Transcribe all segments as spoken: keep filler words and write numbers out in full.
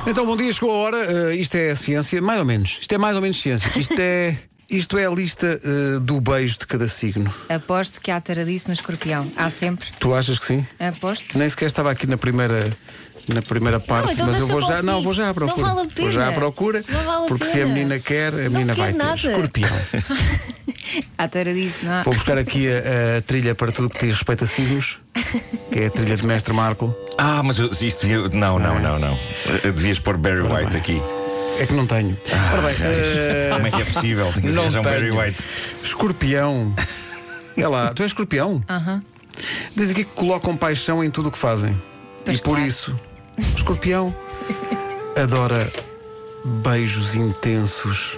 Então, bom dia, chegou a hora. Uh, isto é ciência, mais ou menos. Isto é mais ou menos ciência. Isto é, isto é a lista uh, do beijo de cada signo. Aposto que há taradice no escorpião. Há sempre. Tu achas que sim? Aposto. Nem sequer estava aqui na primeira. Na primeira parte, Não, então mas eu vou já, para o não, fim. vou já à procura. Não vale a pena. Vou já à procura, Não vale a porque pena. se a menina quer, a menina vai quer ter. nada. Escorpião. Há taradice, não há? Vou buscar aqui a, a trilha para tudo que diz respeito a signos, que é a trilha de Mestre Marco. Ah, mas eu- isto devia. Não, não, não, não. Eh, Devias pôr Barry White aqui. É que não tenho. Ora bem, eh, Como é que é possível? Tem que Não arranjar um Barry tenho. White. escorpião. É lá, tu és escorpião? Aham. Diz aqui que colocam paixão em tudo o que fazem. Pois e por claro. isso, o escorpião adora beijos intensos,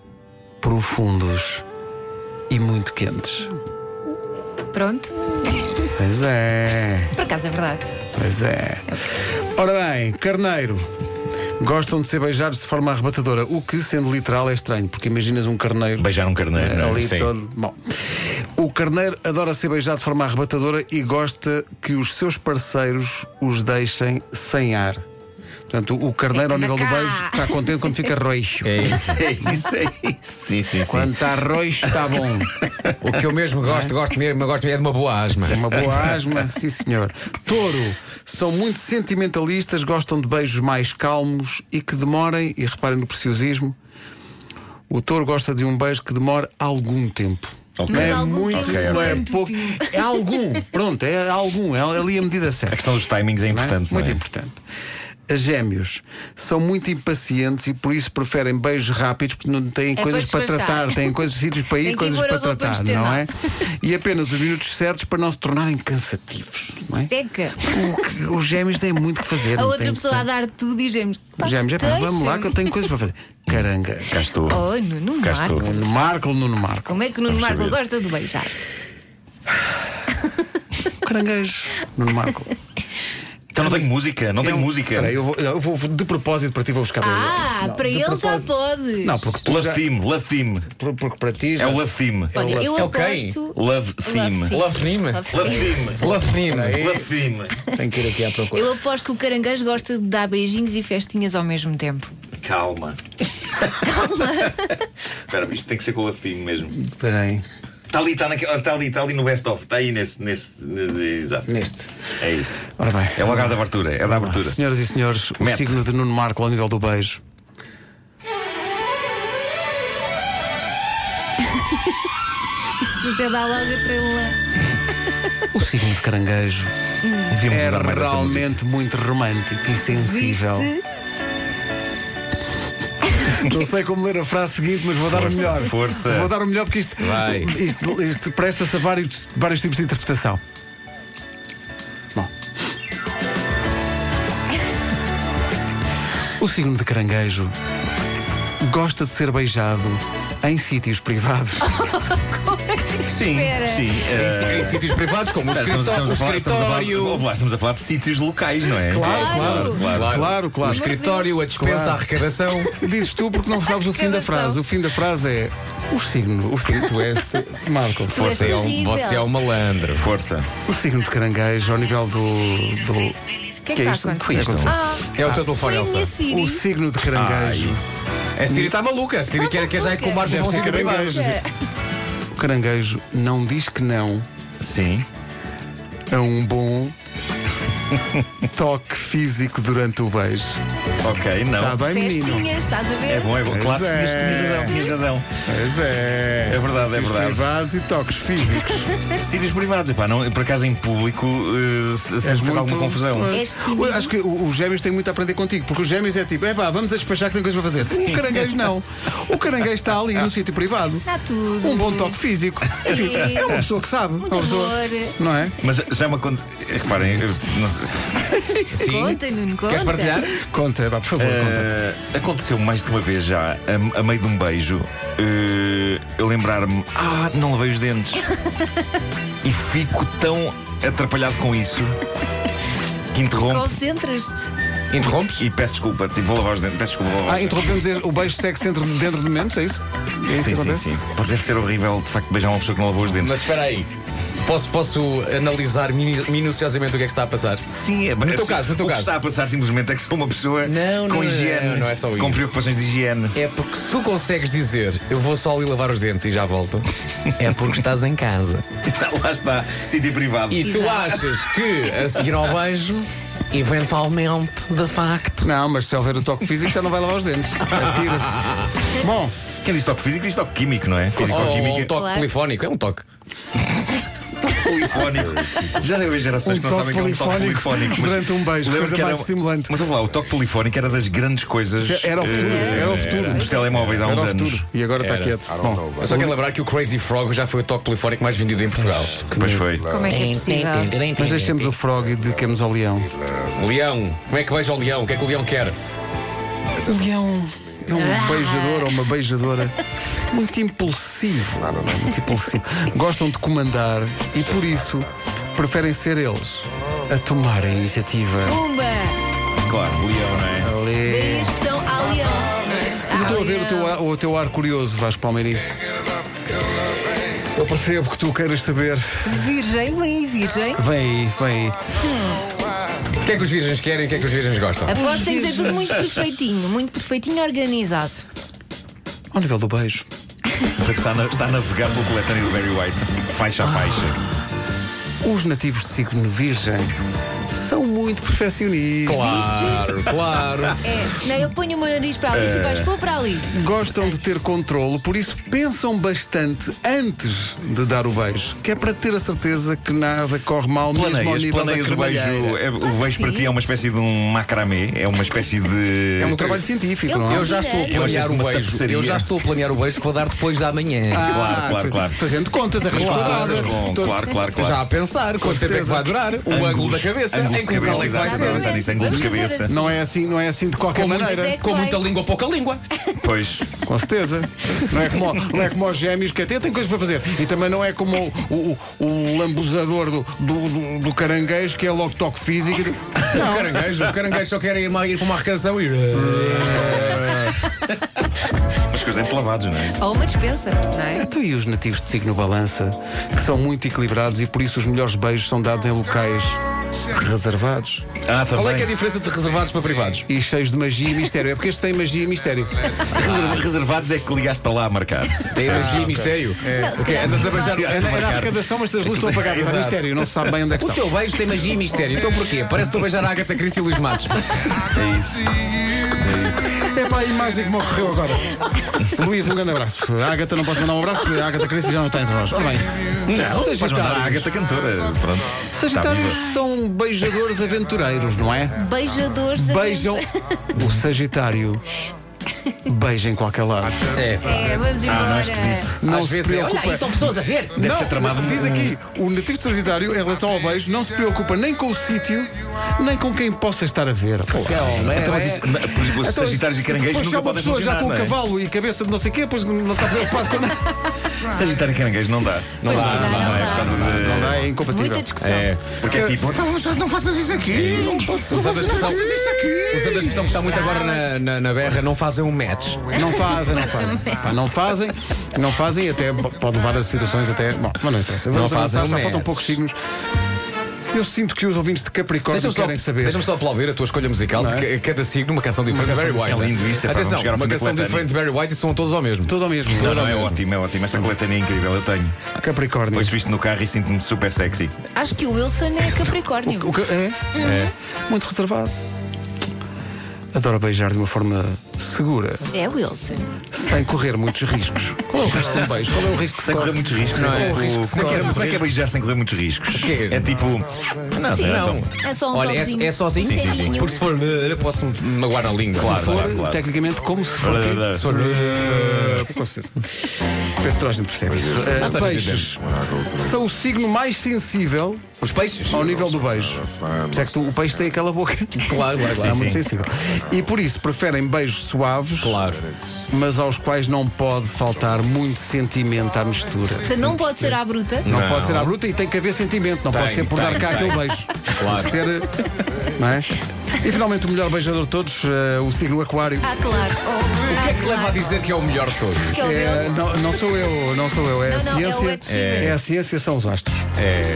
profundos e muito quentes. Pronto. Pois é, Por acaso é verdade. pois é. Ora bem, carneiro. Gostam de ser beijados de forma arrebatadora, o que, sendo literal, é estranho, porque imaginas um carneiro Beijar um carneiro, não é? ali Sim. todo. Bom, o carneiro adora ser beijado de forma arrebatadora e gosta que os seus parceiros os deixem sem ar. Portanto, o carneiro, ao Anda nível do cá. beijo, está contente quando fica roixo. É isso. É isso, é isso. Sim, sim, sim. Quando está roixo, está bom. O que eu mesmo gosto, gosto mesmo, gosto mesmo é de uma boa asma. Uma boa asma, sim senhor. Touro, são muito sentimentalistas, gostam de beijos mais calmos e que demorem, e reparem no preciosismo, o touro gosta de um beijo que demore algum tempo. Ok. Não é algum muito, tempo, ok, não é ok. pouco. É algum, pronto, é algum, é ali a medida A certa. questão dos timings é Não é? importante. Muito não é? importante. As gêmeos são muito impacientes e por isso preferem beijos rápidos, porque não têm É coisas para para despachar. tratar, têm coisas, sítios para ir, Tem que coisas ir pôr para a roupa tratar, no não é? estendal. E apenas os minutos certos para não se tornarem cansativos, não é? Seca. O que- Os gêmeos têm muito que fazer. A não outra têm- pessoa a dar tudo e gemos. Os gêmeos, é pá, vamos lá que eu tenho coisas para fazer. Caranga. Cá estou. Oh, Nuno Cá Marco. estou. Nuno Marco, Nuno Marco. Como é que o Nuno Vamos Marco saber. gosta de beijar? Caranguejo, Nuno Marco. Então não tenho música, não tenho Eu- música. Espera aí, eu vou, eu vou de propósito para ti, vou buscar. Ah, Não, para de ele já propósito- podes. Não, porque tu Love já, Theme, Love Theme. por- porque para ti já É o Love Theme. Olha, eu É o quem? aposto. Love Theme. Love Love Theme. Love Love Theme. Theme. Love Theme. Love Theme. tenho que ir aqui à procura. Eu aposto que o caranguejo gosta de dar beijinhos e festinhas ao mesmo tempo. Calma. Calma. Espera, isto tem que ser com o Love Theme mesmo. Espera aí. Está ali, está, naquele, está ali, está ali no best-of. Está aí nesse, nesse, nesse. Exato. Neste. É isso. Ora bem. É logo a da abertura. É da abertura. Senhoras e senhores, o Mete. signo de Nuno Marco ao nível do beijo. Se até dá logo a trela. O signo de caranguejo Devíamos é usar mais esta música. realmente muito romântico e sensível. Viste? Não sei como ler a frase seguinte, mas vou dar o Força, melhor. força. Vou dar o melhor porque isto, Vai. isto, isto presta-se a vários, vários tipos de interpretação. Bom. O signo de caranguejo gosta de ser beijado em sítios privados. Sim, Espera. sim. eh, Em sítios privados, como o Espera, estamos, escritório. estamos, a falar, O estamos, a falar, escritório. ouve lá, estamos a falar de sítios locais, não é? Claro, Claro. claro, Claro. claro, O claro. escritório, a dispensa, Claro. a arrecadação. Dizes tu porque não sabes o fim da Arrecadação. frase. O fim da frase é o signo. O signo tu és, tu- Marco. Tu és Você é, um, terrível. você é um malandro. Força. O signo de caranguejo ao nível do. do O que é que está a isto? acontecer? O que é isto? Ah, É o teu telefone, foi a minha Elsa. Siri. O signo de caranguejo. A Siri está maluca. A Siri quer, quer já ir com o barco Deve para um ser sítio privado. caranguejo. O caranguejo não diz que não Sim. a um bom toque físico durante o beijo. Ok, não. Está bem, menino? Festinhas, estás a ver? É bom, é bom. Pois Claro, é. tinhas, tinhas razão, tinhas razão. Pois é. É verdade, é Sítios verdade. privados e toques físicos. Sítios privados, epá, não, por acaso em público uh, sempre És faz alguma confusão. Pois. És tímido. Acho que o- os gêmeos têm muito a aprender contigo, porque os gêmeos é tipo, é pá, vamos a despachar que tem coisa para fazer. O caranguejo não. O caranguejo está ali no sítio privado. Está tudo. Um bom toque físico. Enfim, Sim. é uma pessoa que sabe. Muito Uma pessoa- amor. Não é? Mas já me aconteceu. Reparem, eu não sei. Sim. Conta, Nuno, conta. Queres partilhar? Conta, vá, por favor, conta. Eh, aconteceu mais de uma vez já, a, a meio de um beijo, eh, eu lembrar-me, ah, não lavei os dentes. E fico tão atrapalhado com isso que interrompo Concentras-te. Interrompes? e peço desculpa. Tipo, vou lavar os dentes, peço desculpa, vou lavar Ah, os dentes. interrompemos dizer, o beijo segue dentro, dentro de momentos, é isso? É isso Sim, que sim, acontece? sim. Pode deve ser horrível de facto beijar uma pessoa que não lavou os dentes. Mas espera aí. Posso, posso analisar minu- minuciosamente o que é que está a passar? Sim, é No teu assim, caso, no teu o que caso. está a passar simplesmente é que sou uma pessoa Não, com não, higiene. não, não é só com isso. preocupações de higiene. É porque se tu consegues dizer eu vou só ali lavar os dentes e já volto, é porque estás em casa. Lá está, sítio privado. E tu Exato. achas que a seguir ao beijo, eventualmente, de facto. Não, mas se houver o toque físico já não vai lavar os dentes. Atira-se. Bom, Quem diz toque físico diz toque químico, não é? Ou, Físico-química. ou um toque Claro. polifónico, é um toque. polifónico. Já deu gerações Um que não toque sabem que é um toque polifónico polifónico. mas durante um beijo, lembro coisa que mais estimulante. Mas vamos lá, o toque polifónico era das grandes coisas. era o futuro. eh, Era o futuro. dos telemóveis há Era uns o anos. futuro. E agora está Era. quieto. Bom, Eu só quero lembrar que o Crazy Frog já foi o toque polifónico mais vendido em Portugal. Pois foi. Como é que é possível? mas deixemos o frog e dediquemos ao leão. Leão, como é que beija o leão? O que é que o leão quer? O leão é um beijador ou uma beijadora muito impulsivo. Muito impulsivo. Gostam de comandar e por isso preferem ser eles a tomar a iniciativa. Pumba! Claro, leão, não é? Daí Ali. a expressão ao leão. Mas eu estou a ver o teu, ar- o teu ar curioso, Vasco Palmeirinho. Eu percebo que tu queiras saber. Virgem, vem aí, virgem. Vem aí, vem aí. O que é que os virgens querem e o que é que os virgens gostam? Aposto que tem que ser tudo muito perfeitinho, muito perfeitinho organizado. Ao nível do beijo. Portanto, Está, na- está a navegar pelo coletâneo do Barry White, faixa a faixa. Os nativos de signo virgem são muito perfeccionistas. Claro, claro. É, não, eu ponho o meu nariz para ali, tu vais pôr para ali. Gostam de ter controlo, por isso pensam bastante antes de dar o beijo, que é para ter a certeza que nada corre mal mesmo ao Planeias, nível planeias da o beijo. cremalheira. é- o beijo para sim. ti é uma espécie de um macramé, é uma espécie de. É um trabalho científico, Eu não é? Eu já estou a É uma planear espécie de o uma beijo. tapeçaria. Eu já estou a planear o beijo que vou dar depois da manhã. Ah, Claro, claro, tu- claro. Fazendo contas, arriscando Claro, contas. Bom, Todo- claro, claro, claro. Já a pensar quanto tempo é que vai durar, o ângulo da cabeça, ângulos em de que local é que cabeça, vai exato, ser. a pensar nisso, ângulo de Vamos fazer cabeça. assim. Não é assim, não é assim de qualquer Com, muito- maneira. é que com vai. muita língua, pouca língua. Pois. Com certeza. Não é como, não é como os gêmeos que até têm coisas para fazer. E também não é como o, o, o lambuzador do, do, do- do caranguejo, que é logo toque físico. O caranguejo, o caranguejo só quer ir, ir para uma arrecação e. Mas com os dentes lavados, não é? Ou uma dispensa, não é? Então, e os nativos de signo balança, que são muito equilibrados e por isso os melhores beijos são dados em locais reservados Ah, Qual é também. que é a diferença de reservados para privados? e cheios de magia e mistério. É porque este tem magia e mistério. Reserva- Reservados é que ligaste para lá a marcar. Tem magia e mistério. Não, se O quê? calhar Andas a sim. beijar. É na, é na arrecadação, mas as luzes estão apagadas. É Exato. mistério, não se sabe bem onde é que O está. teu beijo tem magia e mistério. Então porquê? Parece que estou a beijar a Agatha Christie e Luís Matos. É isso. É isso. É para a imagem que me ocorreu agora. Luís, um grande abraço. A Agatha não posso mandar um abraço porque a Agatha Christie já não está entre nós. Ora bem, Não, podes mandar a Sagitários. Agatha cantora. Pronto. Está Sagitários viva. são beijadores aventureiros, não é? Beijadores Beijam aventu- o Sagitário. Beija em qualquer lado. É. É, vamos embora. não é esquisito. Não Às se vezes é. preocupa. Olha, aí estão pessoas a ver. Deve Não, ser tramado diz aqui, o nativo de Sagitário, em relação ao beijo, não se preocupa nem com o sítio, nem com quem possa estar a ver. Que homem, Então, mas é- isso, por exemplo, os Então, Sagitários e caranguejos depois se há nunca uma podem pessoa já funcionar. com o não é? cavalo e cabeça de não sei o quê, depois não está preocupado com nada. Sagitário e caranguejo não dá. Pois dá, calhar não Não é dá. por causa de. Não dá, é incompatível. Muita discussão. É. Porque é tipo, então não faças isso aqui. Não pode ser. Usando a expressão, usando a expressão que está muito agora na, na, na berra, não fazem um match. Não fazem, não fazem. Pá, não fazem, não fazem, até pode levar a situações até. Bom, mas não interessa. Vamos Não fazem avançar, já um faltam match. poucos signos. Eu sinto que os ouvintes de Capricórnio Deixa-me só, querem saber. deixa-me só aplaudir a tua escolha musical Não é? de ca- cada signo, uma canção diferente de canção Barry White. É lindo isto, é pá, vamos Atenção, chegar ao fim uma da canção coletânea. diferente de Barry White e são todos ao mesmo. Tudo ao mesmo. Não, não, é mesmo. ótimo, é ótimo. Esta coletânea é incrível, eu tenho. Capricórnio. Depois visto no carro e sinto-me super sexy. Acho que o Wilson é Capricórnio. O que- é? É. Muito reservado. Adora beijar de uma forma segura, É Wilson. sem correr muitos riscos. Qual é o risco de um beijo? Qual é o risco que Sem se correr corre? muitos riscos. Não é é? tipo, Como é que se como, é, corre como é que é beijar sem correr muitos riscos? quê? É tipo. Não, Sim, é Não. só- É só um Olha, toquezinho. é, é sozinho? Sim, sim, sim. Porque se for, eh, posso me magoar na língua. Claro, Se for, claro, claro. tecnicamente, como se for. quê? Se for. uh, Com certeza. Penso que toda a gente percebe isso. Uh, Mas toda a gente peixes são o signo mais sensível Os peixes? ao nível do beijo. Por isso é que tu- o peixe tem aquela boca. Claro, claro, É claro. muito sim. sensível. E por isso preferem beijos suaves, Claro. mas aos quais não pode faltar muito sentimento à mistura. Portanto, não pode ser à bruta. Não, Não. pode ser à bruta e tem que haver sentimento. Não Tem, pode ser por tem, dar cá tem. aquele beijo. Claro. Tem que ser. Não é? E finalmente o melhor beijador de todos, uh, o signo Aquário. Ah, claro. O que é que leva a dizer que é o melhor de todos? Que é o É, dele. não, não sou eu, não sou eu, é Não, a não, é o ciência. Ed Sheeran. É a ciência, são os astros. É.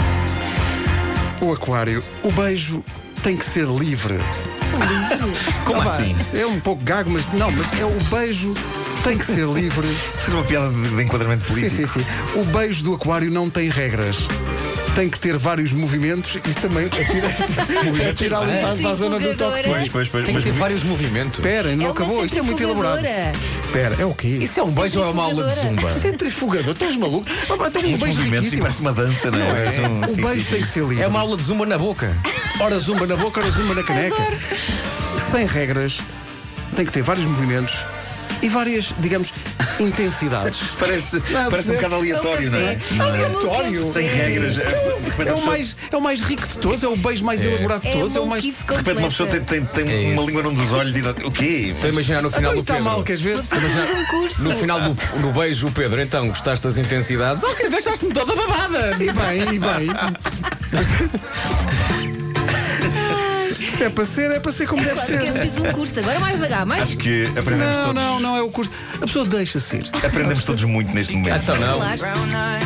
O Aquário, o beijo tem que ser livre. Como Ah, pá, assim? É um pouco gago, mas não, mas é o beijo tem que ser livre. Fiz uma piada de, de enquadramento Sim, político. sim, sim. O beijo do Aquário não tem regras. Tem que ter vários movimentos. Isto também atira, atira ali para, para a zona do toque. Pois, pois, pois. Tem que mas- ter vários movimentos. Espera, não É uma acabou. Isto é muito elaborado. centrifugadora. Espera, é o quê? Isso é um beijo ou é uma aula de zumba? Centrifugador, estás maluco? Ah, pá, tem um Muitos beijo movimentos e riquíssimo. parece uma dança, não é? Parece um- O sim, beijo sim, tem sim. que ser livre. É uma aula de zumba na boca. Ora zumba na boca, ora zumba na caneca. Sem regras, tem que ter vários movimentos e várias, digamos, intensidades. Parece, Não, parece um percebe? bocado aleatório, não é? Aleatório. Sem regras. De repente, É a o, pessoa- mais, é o mais rico de todos, é o beijo mais elaborado de É todos. É o mais. maluquice de repente uma pessoa tem, tem, tem É uma isso. língua num dos olhos e dá. O quê? Estou a imaginar no final Então, do está Pedro. mal, queres ver? Precisa de um curso. No final do, do beijo, o Pedro, então, gostaste das intensidades? Oh, querido, deixaste-me toda babada. E bem, e bem. Se é para ser, é para ser como deve Quase que é ser. preciso um curso. Agora mais devagar, mais. Acho que aprendemos Não, todos. não, não é o curso. A pessoa deixa-se ir. Aprendemos todos muito neste momento. Então não. Claro.